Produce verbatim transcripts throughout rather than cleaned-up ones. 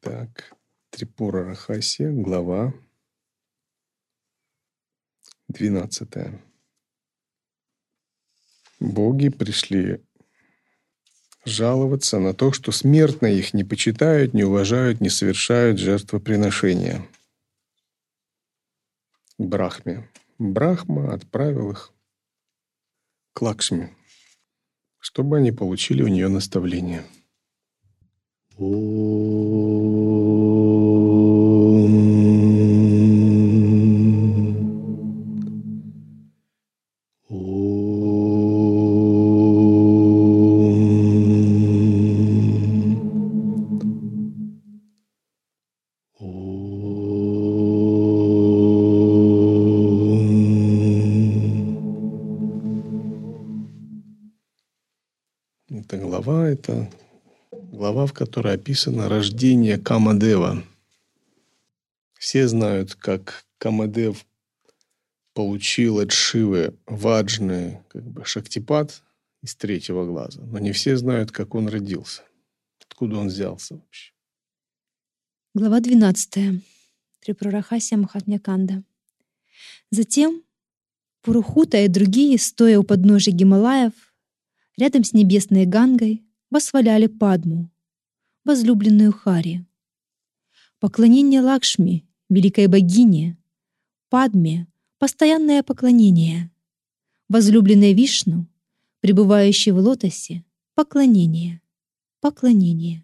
Так, Трипура Рахасия, глава двенадцатая. Боги пришли жаловаться на то, что смертные их не почитают, не уважают, не совершают жертвоприношения к Брахме. Брахма отправил их к Лакшми, чтобы они получили у нее наставление. Эта глава – это глава, в которой описано рождение Камадева. Все знают, как Камадев получил от Шивы ваджны, как бы шактипад из третьего глаза, но не все знают, как он родился, откуда он взялся вообще. Глава двенадцатая. Трипура Рахасия Махатмья-канда. Затем Пурухута и другие, стоя у подножия Гималаев, рядом с небесной Гангой, восхваляли Падму, возлюбленную Хари. Поклонение Лакшми, великой богине, Падме — постоянное поклонение, возлюбленной Вишну, пребывающей в лотосе, поклонение, поклонение.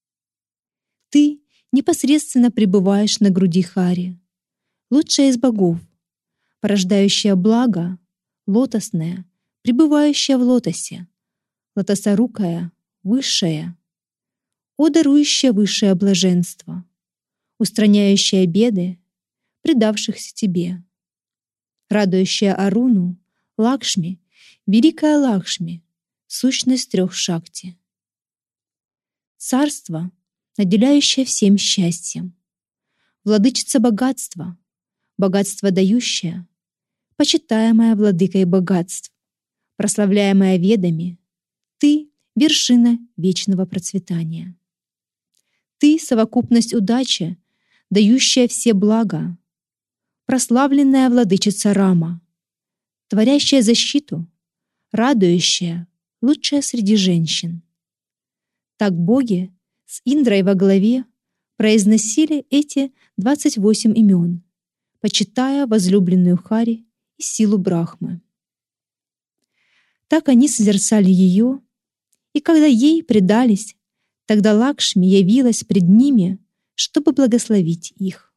Ты непосредственно пребываешь на груди Хари, лучшая из богов, порождающая благо, лотосная, пребывающая в лотосе, лотосорукая, высшая, о дарующая высшее блаженство, устраняющая беды, предавшихся тебе, радующая Аруну, Лакшми, великая Лакшми, сущность трех шакти. Царство, наделяющее всем счастьем, владычица богатства, богатство дающее, почитаемая владыкой богатств, прославляемая ведами, ты — вершина вечного процветания. Ты — совокупность удачи, дающая все блага, прославленная владычица Рама, творящая защиту, радующая, лучшая среди женщин. Так боги с Индрой во главе произносили эти двадцать восемь имен, почитая возлюбленную Хари и силу Брахмы. Так они созерцали ее, и когда ей предались, тогда Лакшми явилась пред ними, чтобы благословить их.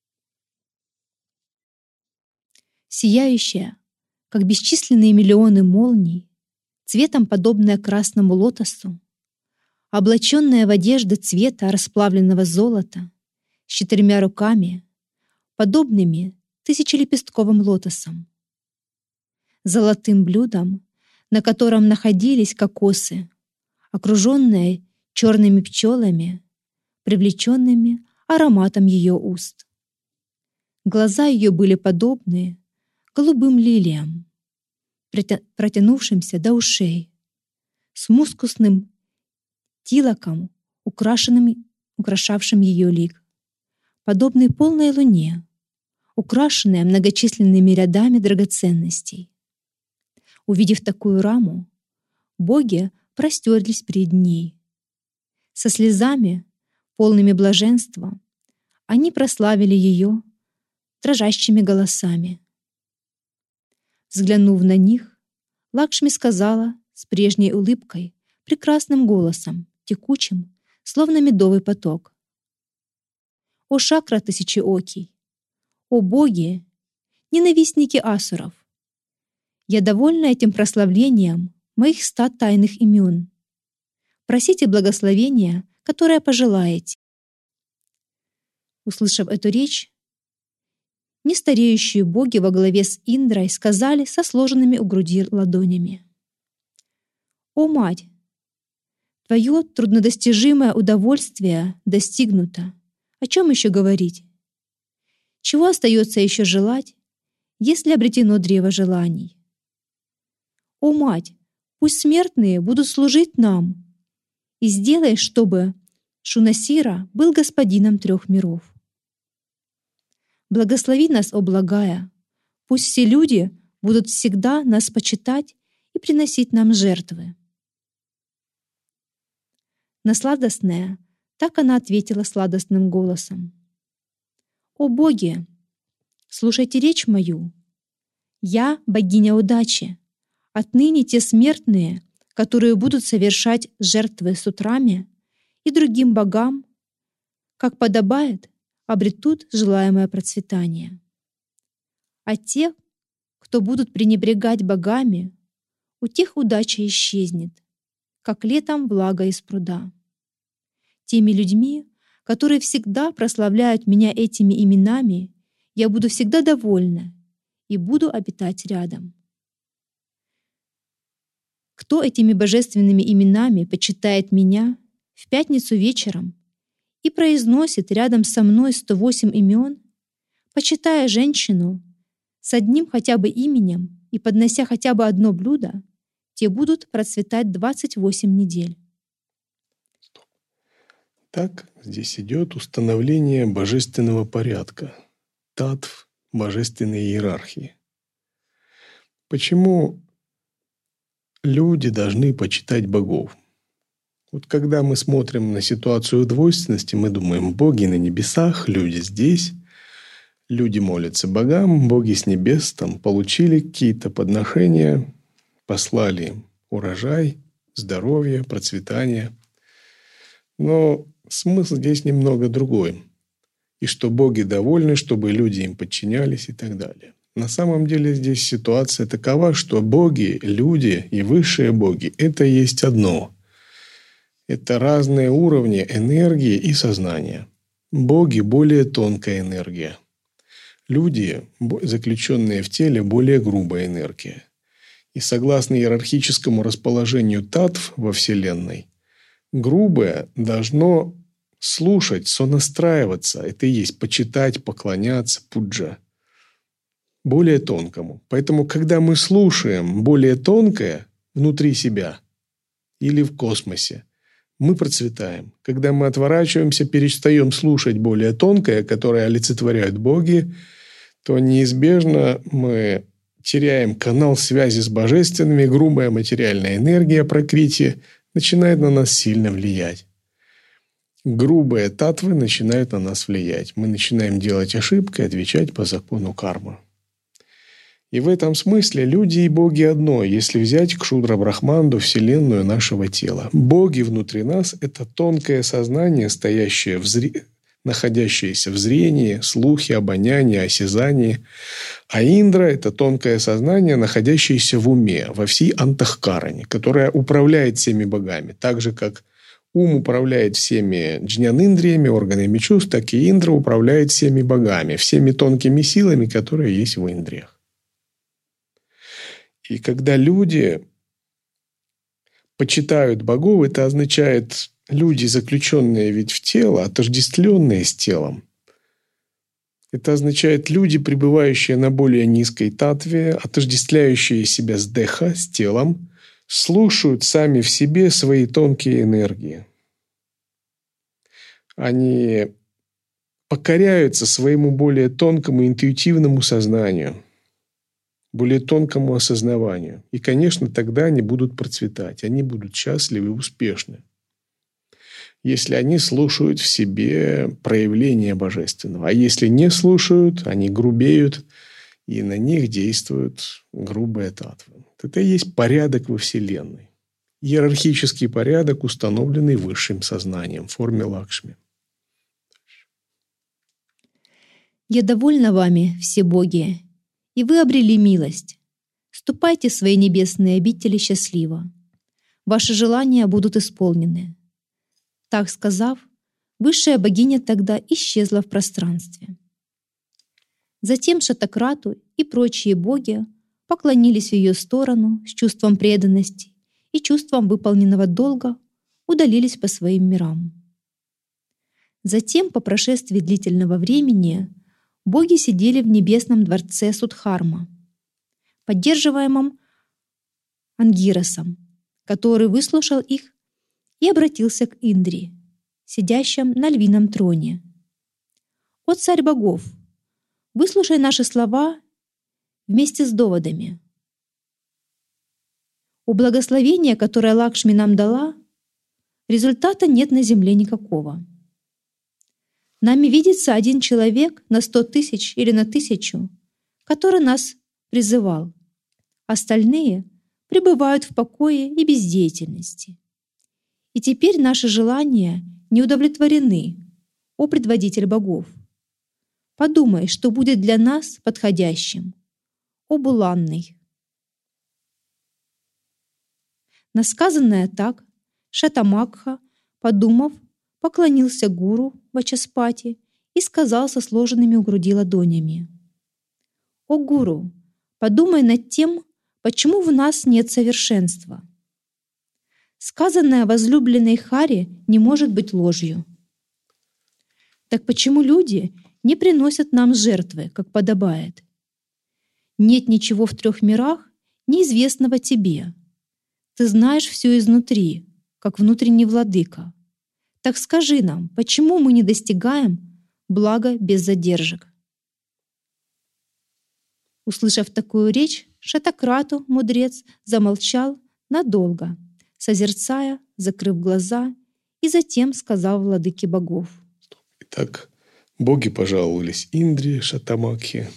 Сияющая, как бесчисленные миллионы молний, цветом подобная красному лотосу, облаченная в одежды цвета расплавленного золота, с четырьмя руками, подобными тысячелепестковым лотосам, золотым блюдом, на котором находились кокосы, окруженная черными пчелами, привлеченными ароматом ее уст. Глаза ее были подобны голубым лилиям, протянувшимся до ушей, с мускусным тилаком, украшенным, украшавшим ее лик, подобный полной луне, украшенная многочисленными рядами драгоценностей. Увидев такую раму, боги простерлись перед ней. Со слезами, полными блаженства, они прославили ее дрожащими голосами. Взглянув на них, Лакшми сказала с прежней улыбкой, прекрасным голосом, текучим, словно медовый поток: «О шакра тысячеокий! О боги, ненавистники асуров! Я довольна этим прославлением моих ста тайных имен. Просите благословения, которое пожелаете». Услышав эту речь, нестареющие боги во главе с Индрой сказали со сложенными у груди ладонями: «О мать, твое труднодостижимое удовольствие достигнуто. О чем еще говорить? Чего остается еще желать, если обретено древо желаний? О мать, пусть смертные будут служить нам, и сделай, чтобы Шунасира был господином трех миров. Благослови нас, о благая, пусть все люди будут всегда нас почитать и приносить нам жертвы. На сладостное так она ответила сладостным голосом. О боги, слушайте речь мою. Я богиня удачи. Отныне те смертные, которые будут совершать жертвы сутрами и другим богам, как подобает, обретут желаемое процветание. А те, кто будут пренебрегать богами, у тех удача исчезнет, как летом влага из пруда. Теми людьми, которые всегда прославляют меня этими именами, я буду всегда довольна и буду обитать рядом. Кто этими божественными именами почитает меня в пятницу вечером и произносит рядом со мной сто восемь имен, почитая женщину с одним хотя бы именем и поднося хотя бы одно блюдо, те будут процветать двадцать восемь недель. Так здесь идет установление божественного порядка, татв божественной иерархии. Почему люди должны почитать богов? Вот когда мы смотрим на ситуацию двойственности, мы думаем, боги на небесах, люди здесь, люди молятся богам, боги с небес там получили какие-то подношения, послали им урожай, здоровье, процветание. Но смысл здесь немного другой. И что боги довольны, чтобы люди им подчинялись и так далее. На самом деле здесь ситуация такова, что боги, люди и высшие боги – это есть одно. Это разные уровни энергии и сознания. Боги – более тонкая энергия. Люди, заключенные в теле, более грубая энергия. И согласно иерархическому расположению татв во Вселенной, грубое должно слушать, сонастраиваться. Это и есть почитать, поклоняться, пуджа. Более тонкому. Поэтому, когда мы слушаем более тонкое внутри себя или в космосе, мы процветаем. Когда мы отворачиваемся, перестаем слушать более тонкое, которое олицетворяют боги, то неизбежно мы теряем канал связи с божественными, грубая материальная энергия пракрити начинает на нас сильно влиять. Грубые татвы начинают на нас влиять. Мы начинаем делать ошибки и отвечать по закону кармы. И в этом смысле люди и боги одно, если взять Кшудра Брахманду, вселенную нашего тела. Боги внутри нас – это тонкое сознание, стоящее в зре... находящееся в зрении, слухе, обонянии, осязании. А Индра – это тонкое сознание, находящееся в уме, во всей антахкаране, которое управляет всеми богами. Так же, как ум управляет всеми джнян-индриями, органами чувств, так и Индра управляет всеми богами, всеми тонкими силами, которые есть в индриях. И когда люди почитают богов, это означает люди, заключенные ведь в тело, отождествленные с телом. Это означает люди, пребывающие на более низкой татве, отождествляющие себя с деха, с телом, слушают сами в себе свои тонкие энергии. Они покоряются своему более тонкому интуитивному сознанию, более тонкому осознаванию. И, конечно, тогда они будут процветать, они будут счастливы и успешны. Если они слушают в себе проявление божественного. А если не слушают, они грубеют, и на них действуют грубые татвы. Это и есть порядок во Вселенной. Иерархический порядок, установленный высшим сознанием в форме Лакшми. «Я довольна вами, все боги, и вы обрели милость. Ступайте в свои небесные обители счастливо. Ваши желания будут исполнены». Так сказав, высшая богиня тогда исчезла в пространстве. Затем Шатакрату и прочие боги поклонились в ее сторону с чувством преданности и чувством выполненного долга, удалились по своим мирам. Затем, по прошествии длительного времени, боги сидели в небесном дворце Судхарма, поддерживаемом Ангиросом, который выслушал их и обратился к Индре, сидящем на львином троне. О царь богов, выслушай наши слова вместе с доводами. У благословения, которое Лакшми нам дала, результата нет на земле никакого. Нами видится один человек на сто тысяч или на тысячу, который нас призывал. Остальные пребывают в покое и бездеятельности. И теперь наши желания не удовлетворены, о предводитель богов. Подумай, что будет для нас подходящим, о Буланный. На сказанное так Шатамакха, подумав, поклонился гуру Вачаспати и сказал со сложенными у груди ладонями: «О гуру, подумай над тем, почему в нас нет совершенства. Сказанное возлюбленной Хари не может быть ложью. Так почему люди не приносят нам жертвы, как подобает? Нет ничего в трех мирах, неизвестного тебе. Ты знаешь все изнутри, как внутренний владыка. Так скажи нам, почему мы не достигаем блага без задержек?» Услышав такую речь, Шатакрату, мудрец, замолчал надолго, созерцая, закрыв глаза, и затем сказал владыке богов: Итак, боги пожаловались Индре, Шатамакхе,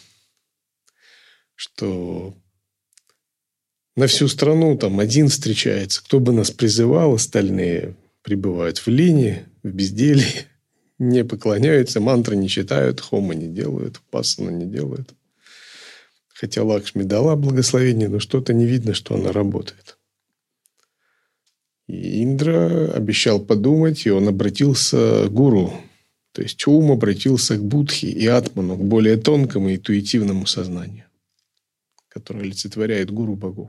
что на всю страну там один встречается. Кто бы нас призывал, остальные пребывают в лени, в безделье, не поклоняются, мантры не читают, хома не делают, пассана не делают. Хотя Лакшми дала благословение, но что-то не видно, что она работает. И Индра обещал подумать, и он обратился к гуру. То есть ум обратился к Будхи и Атману, к более тонкому и интуитивному сознанию, которое олицетворяет гуру богов.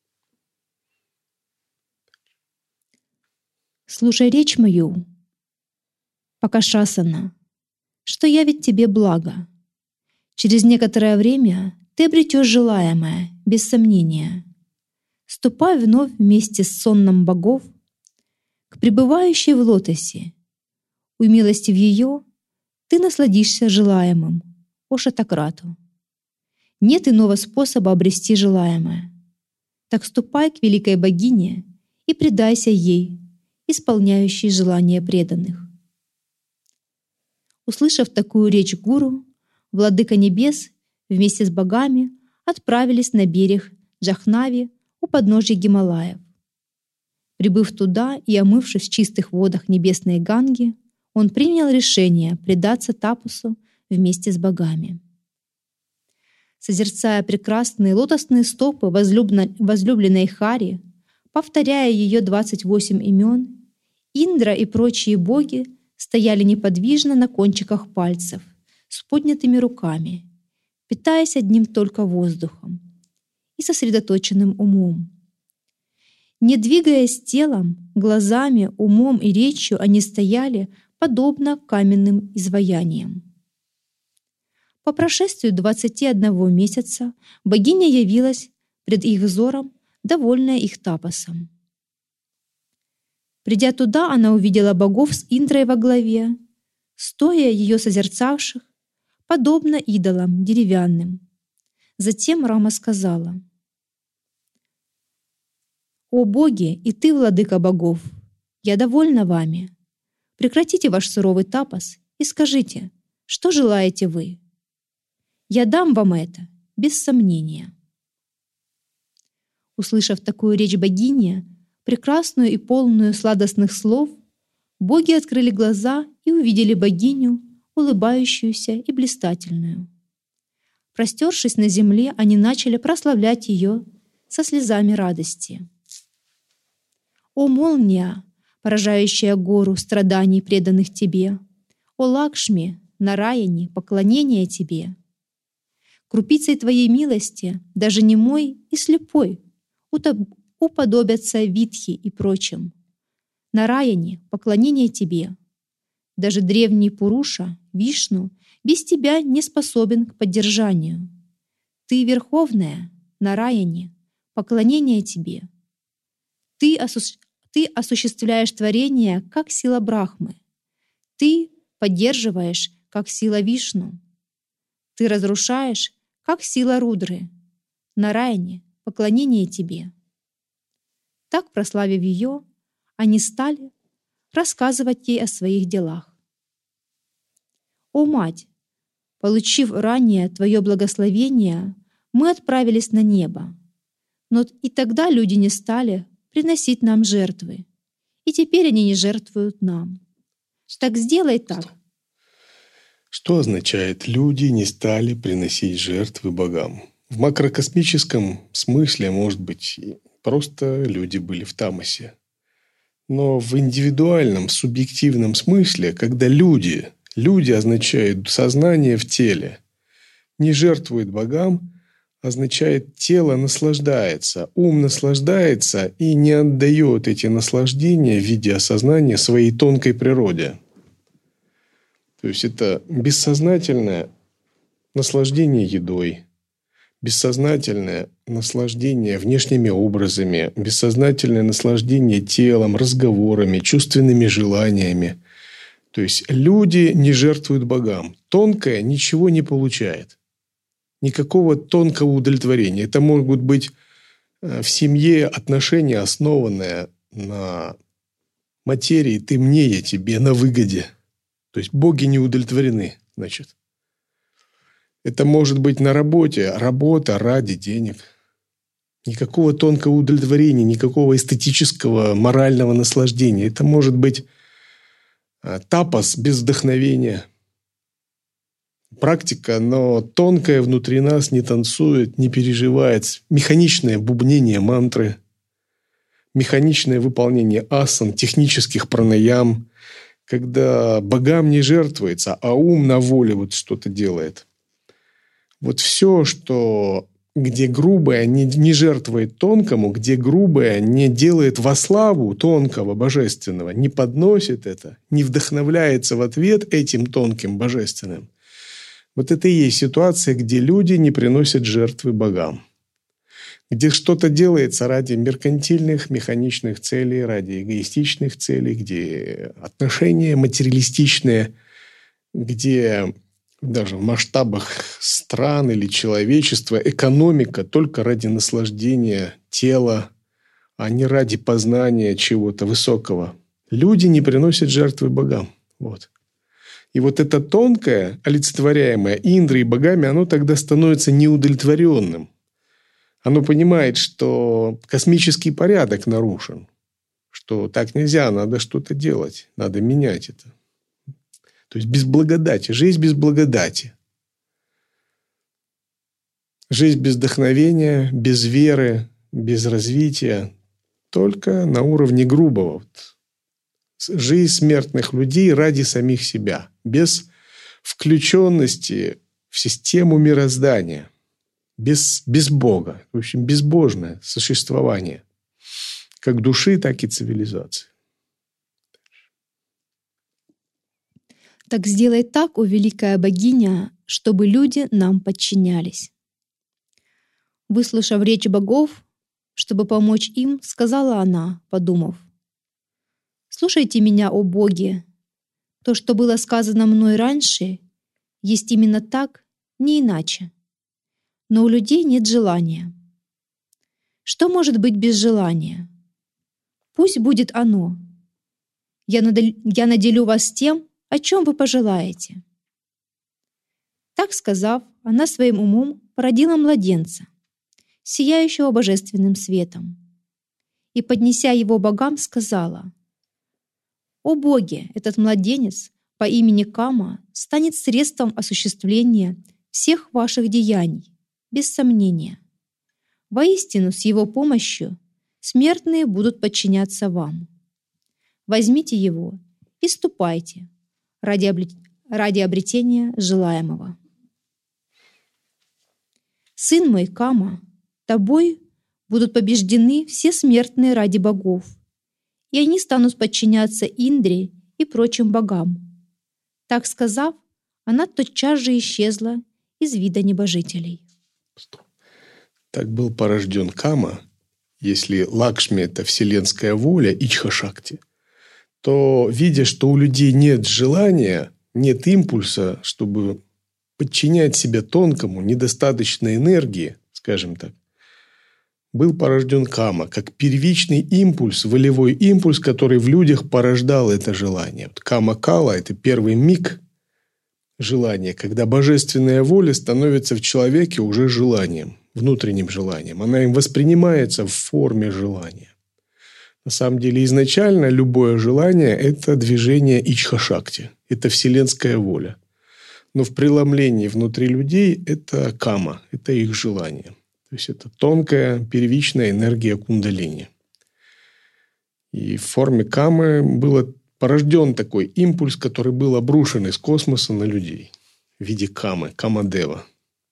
«Слушай речь мою, Пакашасана, что явит тебе благо. Через некоторое время ты обретешь желаемое, без сомнения. Ступай вновь вместе с сонном богов к пребывающей в лотосе. Умилостив ее, ты насладишься желаемым, о Шатакрату. Нет иного способа обрести желаемое. Так ступай к великой богине и предайся ей, исполняющей желания преданных». Услышав такую речь гуру, владыка небес вместе с богами отправились на берег Джахнави у подножия Гималаев. Прибыв туда и омывшись в чистых водах небесной Ганги, он принял решение предаться тапусу вместе с богами. Созерцая прекрасные лотосные стопы возлюбленной Хари, повторяя ее двадцать восемь имен, Индра и прочие боги стояли неподвижно на кончиках пальцев с поднятыми руками, питаясь одним только воздухом и сосредоточенным умом. Не двигаясь телом, глазами, умом и речью, они стояли подобно каменным изваяниям. По прошествию двадцати одного месяца богиня явилась пред их взором, довольная их тапосом. Придя туда, она увидела богов с Индрой во главе, стоя ее созерцавших, подобно идолам деревянным. Затем Рама сказала: «О боги, и ты, владыка богов, я довольна вами. Прекратите ваш суровый тапос и скажите, что желаете вы? Я дам вам это, без сомнения». Услышав такую речь богини, прекрасную и полную сладостных слов, боги открыли глаза и увидели богиню, улыбающуюся и блистательную. Простершись на земле, они начали прославлять ее со слезами радости. «О молния, поражающая гору страданий, преданных тебе! О Лакшми, Нараяни, поклонение тебе! Крупицей твоей милости даже немой и слепой уподобятся Витхи и прочим. Нараяни, поклонение тебе! Даже древний Пуруша, Вишну, без тебя не способен к поддержанию. Ты верховная, Нараяни, поклонение тебе! Ты, осу... Ты осуществляешь творение, как сила Брахмы. Ты поддерживаешь, как сила Вишну. Ты разрушаешь, как сила Рудры. Нараяне, поклонение тебе. Так, прославив ее, они стали рассказывать ей о своих делах. «О, Мать, получив ранее Твое благословение, мы отправились на небо. Но и тогда люди не стали приносить нам жертвы, и теперь они не жертвуют нам. Так сделай так». Что означает «люди не стали приносить жертвы богам»? В макрокосмическом смысле, может быть, просто люди были в тамасе. Но в индивидуальном, субъективном смысле, когда люди, люди означают сознание в теле, не жертвует богам, означает тело наслаждается, ум наслаждается и не отдает эти наслаждения в виде осознания своей тонкой природе. То есть это бессознательное наслаждение едой, бессознательное наслаждение внешними образами, бессознательное наслаждение телом, разговорами, чувственными желаниями. То есть люди не жертвуют богам. Тонкое ничего не получает. Никакого тонкого удовлетворения. Это могут быть в семье отношения, основанные на материи «ты мне, я тебе», на выгоде. То есть боги не удовлетворены, значит. Это может быть на работе, работа ради денег. Никакого тонкого удовлетворения, никакого эстетического, морального наслаждения. Это может быть тапос без вдохновения. Практика, но тонкая внутри нас не танцует, не переживает. Механичное бубнение мантры, механичное выполнение асан, технических пранаям, когда богам не жертвуется, а ум на воле вот что-то делает. Вот все, что, где грубое не, не жертвует тонкому, где грубое не делает во славу тонкого, божественного, не подносит это, не вдохновляется в ответ этим тонким, божественным. Вот это и есть ситуация, где люди не приносят жертвы богам. Где что-то делается ради меркантильных, механичных целей, ради эгоистичных целей, где отношения материалистичные, где даже в масштабах стран или человечества экономика только ради наслаждения тела, а не ради познания чего-то высокого. Люди не приносят жертвы богам. Вот. И вот это тонкое, олицетворяемое Индрой и богами, оно тогда становится неудовлетворенным. Оно понимает, что космический порядок нарушен, что так нельзя, надо что-то делать, надо менять это. То есть без благодати, жизнь без благодати. Жизнь без вдохновения, без веры, без развития, только на уровне грубого. Жизнь смертных людей ради самих себя, без включенности в систему мироздания, без, без Бога, в общем, безбожное существование, как души, так и цивилизации. Так сделай так, о великая богиня, чтобы люди нам подчинялись. Выслушав речь богов, чтобы помочь им, сказала она, подумав: «Слушайте меня, о боги! То, что было сказано мной раньше, есть именно так, не иначе. Но у людей нет желания. Что может быть без желания? Пусть будет оно. Я, надел... Я наделю вас тем, о чем вы пожелаете». Так сказав, она своим умом породила младенца, сияющего божественным светом, и, поднеся его богам, сказала: «О боги, этот младенец по имени Кама станет средством осуществления всех ваших деяний, без сомнения. Воистину, с его помощью смертные будут подчиняться вам. Возьмите его и ступайте ради, облет... ради обретения желаемого. Сын мой, Кама, тобой будут побеждены все смертные ради богов, и они станут подчиняться Индре и прочим богам». Так сказав, она тотчас же исчезла из вида небожителей. Так был порожден Кама, если Лакшми – это вселенская воля Ичха-шакти, то, видя, что у людей нет желания, нет импульса, чтобы подчинять себя тонкому, недостаточно энергии, скажем так, был порожден кама, как первичный импульс, волевой импульс, который в людях порождал это желание. Вот кама-кала – это первый миг желания, когда божественная воля становится в человеке уже желанием, внутренним желанием. Она им воспринимается в форме желания. На самом деле, изначально любое желание – это движение ичха-шакти, это вселенская воля. Но в преломлении внутри людей это кама, это их желание. То есть это тонкая первичная энергия кундалини. И в форме камы был порожден такой импульс, который был обрушен из космоса на людей в виде камы, камадева.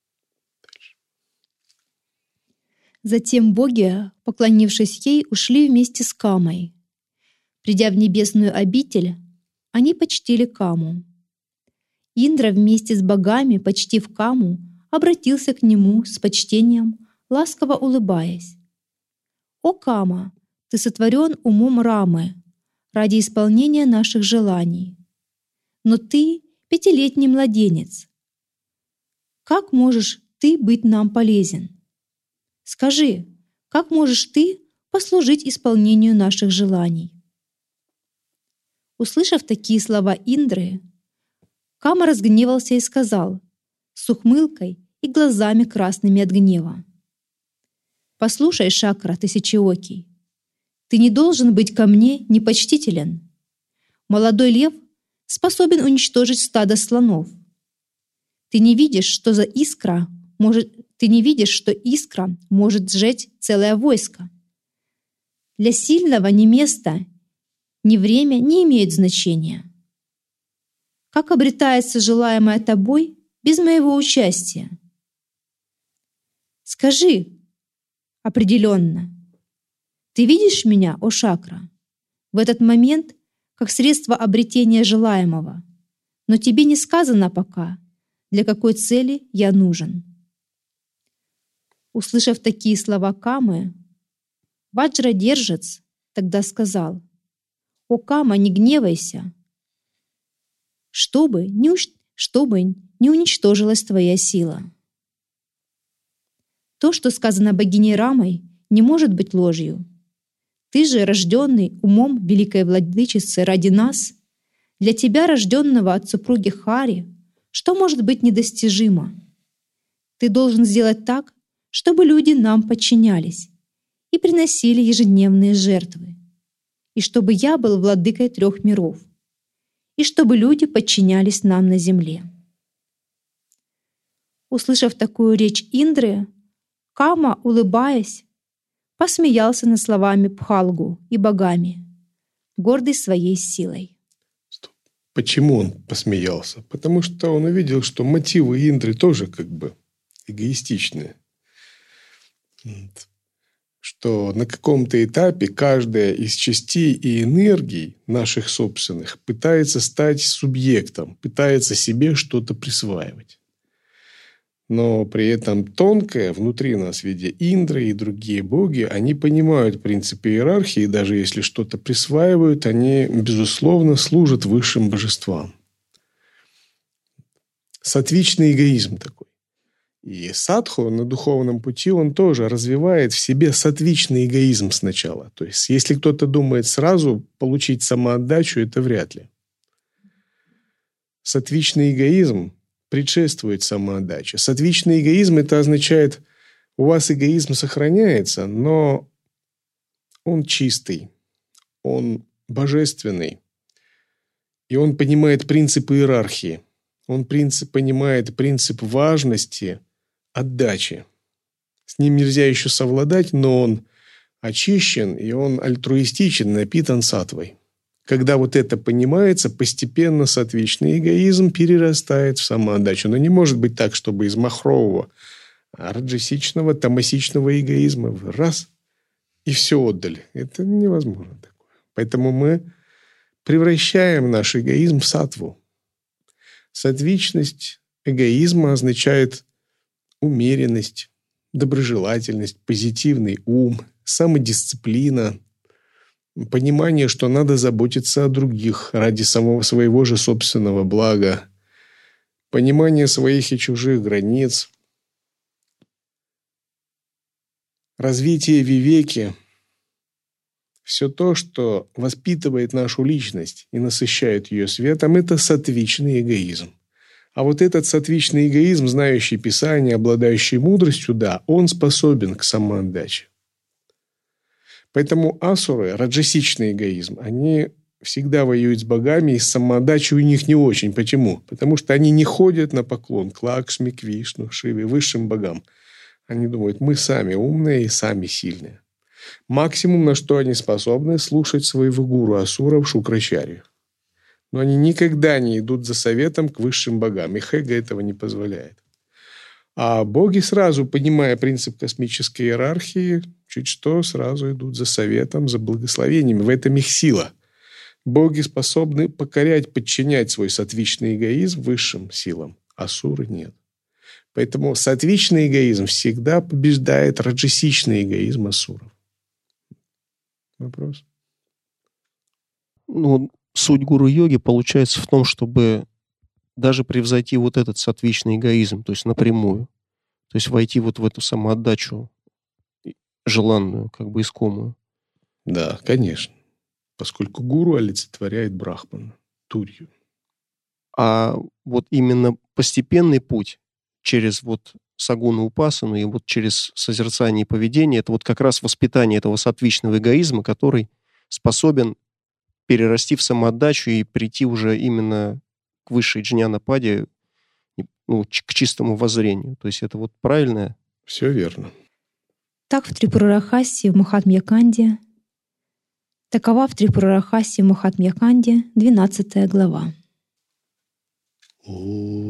Затем боги, поклонившись ей, ушли вместе с Камой. Придя в небесную обитель, они почтили Каму. Индра вместе с богами, почтив Каму, обратился к нему с почтением, ласково улыбаясь. «О Кама, ты сотворен умом Рамы ради исполнения наших желаний. Но ты пятилетний младенец. Как можешь ты быть нам полезен? Скажи, как можешь ты послужить исполнению наших желаний?» Услышав такие слова Индры, Кама разгневался и сказал с ухмылкой и глазами красными от гнева: «Послушай, Шакра Тысячеокий, ты не должен быть ко мне непочтителен. Молодой лев способен уничтожить стадо слонов. Ты не видишь, что за искра может, ты не видишь, что искра может сжечь целое войско. Для сильного ни место, ни время не имеют значения. Как обретается желаемое тобой без моего участия? Скажи определенно, ты видишь меня, о Шакра, в этот момент как средство обретения желаемого, но тебе не сказано пока, для какой цели я нужен». Услышав такие слова Камы, Ваджрадержец тогда сказал: «О Кама, не гневайся, чтобы не, уч... чтобы не уничтожилась твоя сила. То, что сказано богиней Рамой, не может быть ложью. Ты же, рожденный умом великой владычицы ради нас, для тебя, рожденного от супруги Хари, что может быть недостижимо? Ты должен сделать так, чтобы люди нам подчинялись и приносили ежедневные жертвы, и чтобы я был владыкой трех миров, и чтобы люди подчинялись нам на земле». Услышав такую речь Индры, Кама, улыбаясь, посмеялся над словами Пхалгу и богами, гордый своей силой. Почему он посмеялся? Потому что он увидел, что мотивы Индры тоже как бы эгоистичные. Что на каком-то этапе каждая из частей и энергий наших собственных пытается стать субъектом, пытается себе что-то присваивать. Но при этом тонкое внутри нас в виде Индры и другие боги, они понимают принципы иерархии, и даже если что-то присваивают, они, безусловно, служат высшим божествам. Сатвичный эгоизм такой. И садху на духовном пути, он тоже развивает в себе сатвичный эгоизм сначала. То есть, если кто-то думает сразу получить самоотдачу, это вряд ли. Сатвичный эгоизм предшествует самоотдаче. Сатвичный эгоизм – это означает, у вас эгоизм сохраняется, но он чистый, он божественный, и он понимает принцип иерархии, он принцип, понимает принцип важности отдачи. С ним нельзя еще совладать, но он очищен, и он альтруистичен, напитан саттвой. Когда вот это понимается, постепенно сатвичный эгоизм перерастает в самоотдачу. Но не может быть так, чтобы из махрового, раджасичного, тамасичного эгоизма раз и все отдали. Это невозможно такое. Поэтому мы превращаем наш эгоизм в саттву. Сатвичность эгоизма означает умеренность, доброжелательность, позитивный ум, самодисциплина, Понимание, что надо заботиться о других ради самого своего же собственного блага. Понимание своих и чужих границ. Развитие вивеки. Все то, что воспитывает нашу личность и насыщает ее светом, это саттвичный эгоизм. А вот этот саттвичный эгоизм, знающий Писание, обладающий мудростью, да, он способен к самоотдаче. Поэтому асуры, раджасичный эгоизм, они всегда воюют с богами, и с самоотдачей у них не очень. Почему? Потому что они не ходят на поклон к Лакшми, к Вишну, Шиве, высшим богам. Они думают, мы сами умные и сами сильные. Максимум, на что они способны, слушать своего гуру асуров Шукрачарью. Но они никогда не идут за советом к высшим богам. Их эго этого не позволяет. А боги, сразу понимая принцип космической иерархии, чуть что, сразу идут за советом, за благословениями. В этом их сила. Боги способны покорять, подчинять свой саттвичный эгоизм высшим силам. Асуры нет. Поэтому саттвичный эгоизм всегда побеждает раджасичный эгоизм асуров. Вопрос? Ну, суть гуру-йоги получается в том, чтобы даже превзойти вот этот саттвичный эгоизм, то есть напрямую. То есть войти вот в эту самоотдачу желанную, как бы искомую. Да, конечно. Поскольку гуру олицетворяет брахмана, турью. А вот именно постепенный путь через вот сагуну упасану и вот через созерцание и поведение, это вот как раз воспитание этого саттвичного эгоизма, который способен перерасти в самоотдачу и прийти уже именно к высшей джняна-паде, ну, к чистому воззрению. То есть это вот правильное? Все верно. Так в Трипурарахасе в Махатмья-канде. Такова в Трипурарахасе в Махатмья-канде, двенадцатая глава. О